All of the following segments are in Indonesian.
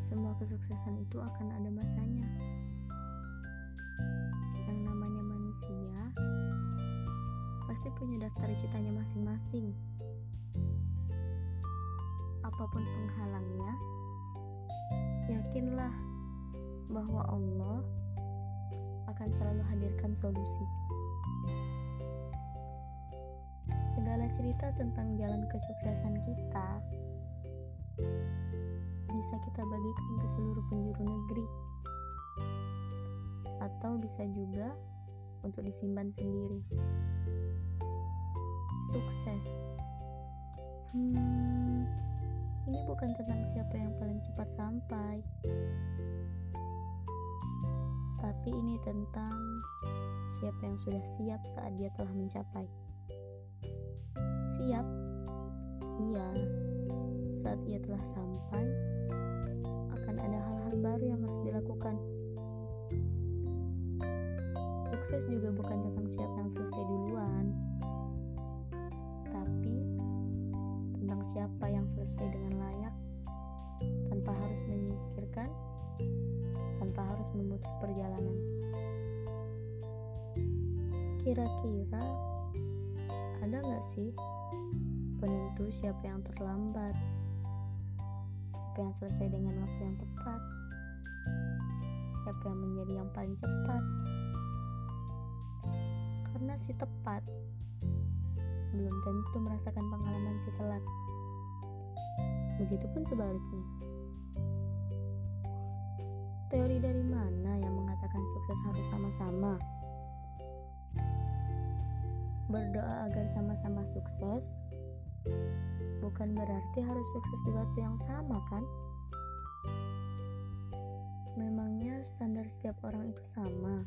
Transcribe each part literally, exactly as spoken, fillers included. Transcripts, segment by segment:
semua kesuksesan itu akan ada masanya. Yang namanya manusia pasti punya daftar citanya masing-masing. Apapun penghalangnya, yakinlah bahwa Allah akan selalu hadirkan solusi. Segala cerita tentang jalan kesuksesan kita bisa kita bagikan ke seluruh penjuru negeri, atau bisa juga untuk disimpan sendiri. Sukses, hmm, ini bukan tentang siapa yang paling cepat sampai, tapi ini tentang siapa yang sudah siap saat dia telah mencapai. Siap? Iya, saat ia telah sampai, akan ada hal-hal baru yang harus dilakukan. Sukses juga bukan tentang siapa yang selesai duluan, tapi tentang siapa yang selesai dengan layak, tanpa harus memikirkan, tanpa harus memutus perjalanan. Kira-kira ada gak sih penentu siapa yang terlambat, siapa yang selesai dengan waktu yang tepat, siapa yang menjadi yang paling cepat? Karena si tepat belum tentu merasakan pengalaman si telat. Begitupun sebaliknya. Teori dari mana yang mengatakan sukses harus sama-sama? Berdoa agar sama-sama sukses bukan berarti harus sukses di waktu yang sama, kan? Memangnya standar setiap orang itu sama?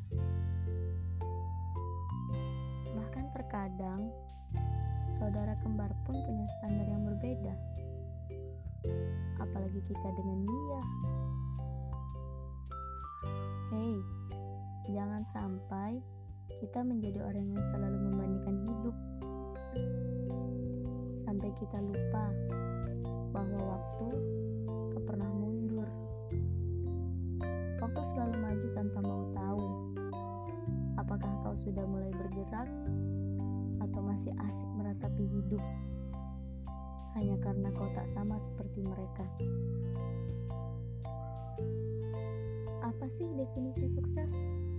Bahkan terkadang saudara kembar pun punya standar yang berbeda. Apalagi kita dengan dia. Hei, jangan sampai kita menjadi orang yang selalu membandingkan hidup, sampai kita lupa bahwa waktu tak pernah mundur. Waktu selalu maju tanpa mau tahu apakah kau sudah mulai bergerak atau masih asik meratapi hidup hanya karena kau tak sama seperti mereka. Apa sih definisi sukses?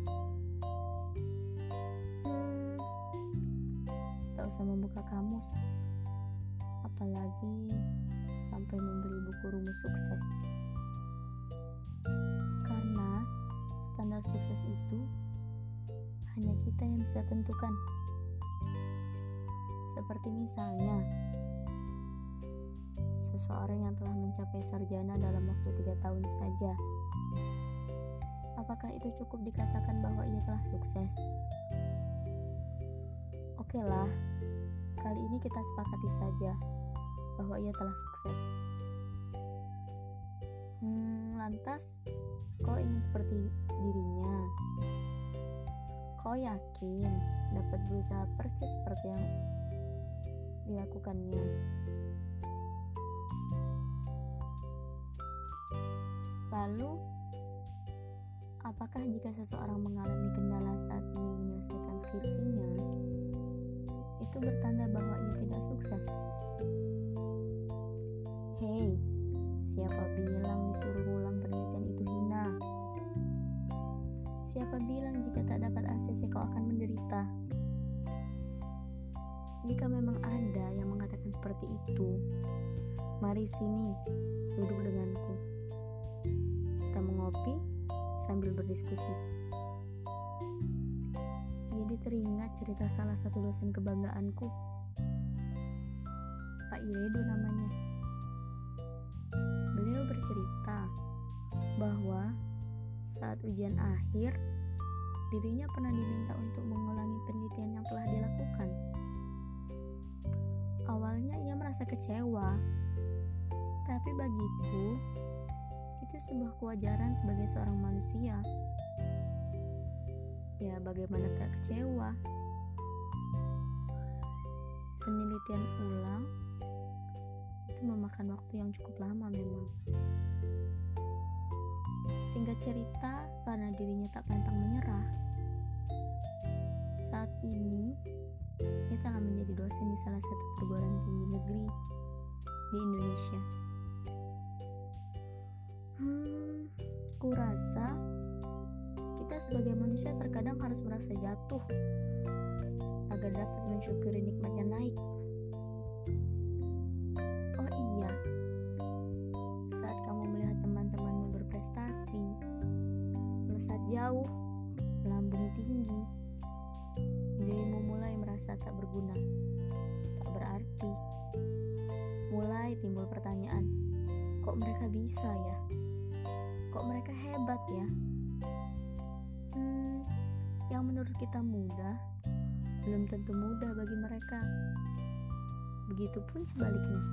Hmm, tak usah membuka kamus, apalagi sampai membeli buku rumus sukses. Karena standar sukses itu hanya kita yang bisa tentukan. Seperti misalnya seseorang yang telah mencapai sarjana dalam waktu tiga tahun saja. Apakah itu cukup dikatakan bahwa ia telah sukses? Oke lah, kali ini kita sepakati saja bahwa ia telah sukses. Hmm, lantas, kau ingin seperti dirinya? Kau yakin dapat berusaha persis seperti yang dilakukannya? Lalu, apakah jika seseorang mengalami kendala saat ingin menyelesaikan skripsinya, itu bertanda bahwa ia tidak sukses? Hei, siapa bilang disuruh ulang penelitian itu hina? Siapa bilang jika tak dapat A C C kau akan menderita? Jika memang ada yang mengatakan seperti itu, mari sini, duduk denganku. Kita mengopi sambil berdiskusi. Jadi teringat cerita salah satu dosen kebanggaanku, Pak Iredo namanya. Beliau bercerita bahwa saat ujian akhir, dirinya pernah diminta untuk mengulangi penelitian yang telah dilakukan. Awalnya ia merasa kecewa, tapi bagiku itu sebuah kewajaran sebagai seorang manusia. Ya, bagaimana tak kecewa? Penelitian ulang itu memakan waktu yang cukup lama memang. Singkat cerita, karena dirinya tak pantang menyerah, saat ini ia telah menjadi dosen di salah satu perguruan tinggi negeri di Indonesia. Hmm, kurasa kita sebagai manusia terkadang harus merasa jatuh agar dapat mensyukuri nikmatnya naik. Oh iya, saat kamu melihat teman-temanmu berprestasi, melesat jauh, melambung tinggi, dirimu mulai merasa tak berguna, tak berarti. Mulai timbul pertanyaan, kok mereka bisa ya? Kok mereka hebat ya? Hmm, yang menurut kita mudah, belum tentu mudah bagi mereka. Begitupun sebaliknya.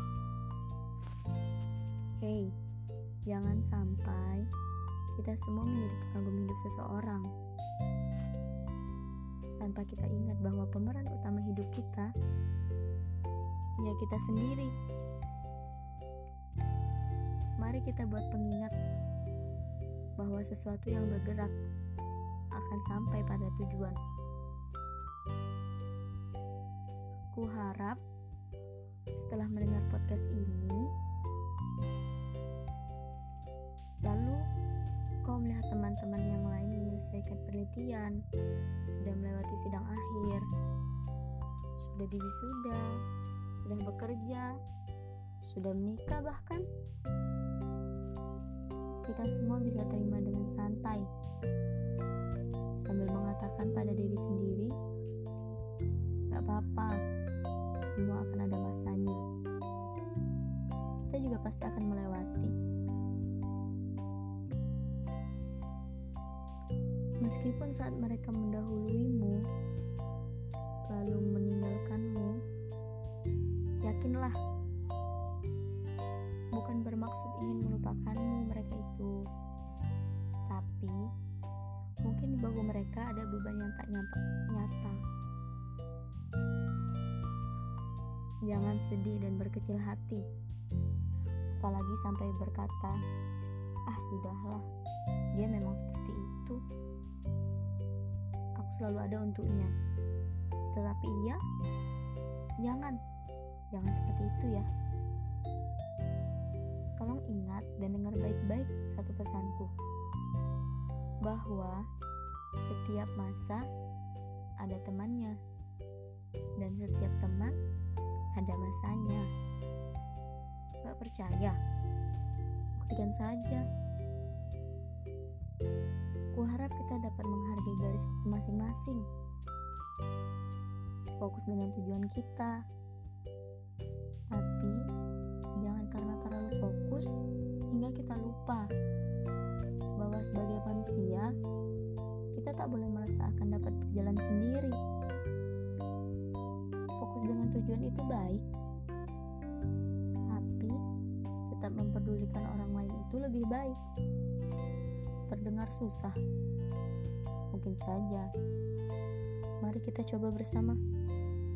Hei, jangan sampai kita semua menjadi pengagum hidup seseorang tanpa kita ingat bahwa pemeran utama hidup kita ya kita sendiri. Mari kita buat pengingat bahwa sesuatu yang bergerak akan sampai pada tujuan. Ku harap setelah mendengar podcast ini, lalu kau melihat teman-teman yang lain menyelesaikan penelitian, sudah melewati sidang akhir, sudah diwisuda, sudah bekerja, sudah menikah bahkan. Kita semua bisa terima dengan santai, sambil mengatakan pada diri sendiri, gak apa-apa, semua akan ada masanya. Kita juga pasti akan melewati. Meskipun saat mereka mendahuluimu, lalu meninggalkanmu, yakinlah, bukan bermaksud ingin melupakanmu mereka itu, tapi mungkin di bahu mereka ada beban yang tak nyampe nyata. Jangan sedih dan berkecil hati, apalagi sampai berkata, ah sudahlah, dia memang seperti itu, aku selalu ada untuknya. Tetapi iya, jangan, jangan seperti itu ya. Tolong ingat dan dengar baik-baik satu pesanku, bahwa setiap masa ada temannya, dan setiap teman ada masanya. Gak percaya? Buktikan saja. Kuharap kita dapat menghargai garis waktu masing-masing, fokus dengan tujuan kita, tapi jangan karena terlalu fokus hingga kita lupa bahwa sebagai manusia kita tak boleh merasa akan dapat berjalan sendiri. Fokus dengan tujuan itu baik, tapi tetap memperdulikan orang lain itu lebih baik. Terdengar susah, mungkin saja. Mari kita coba bersama.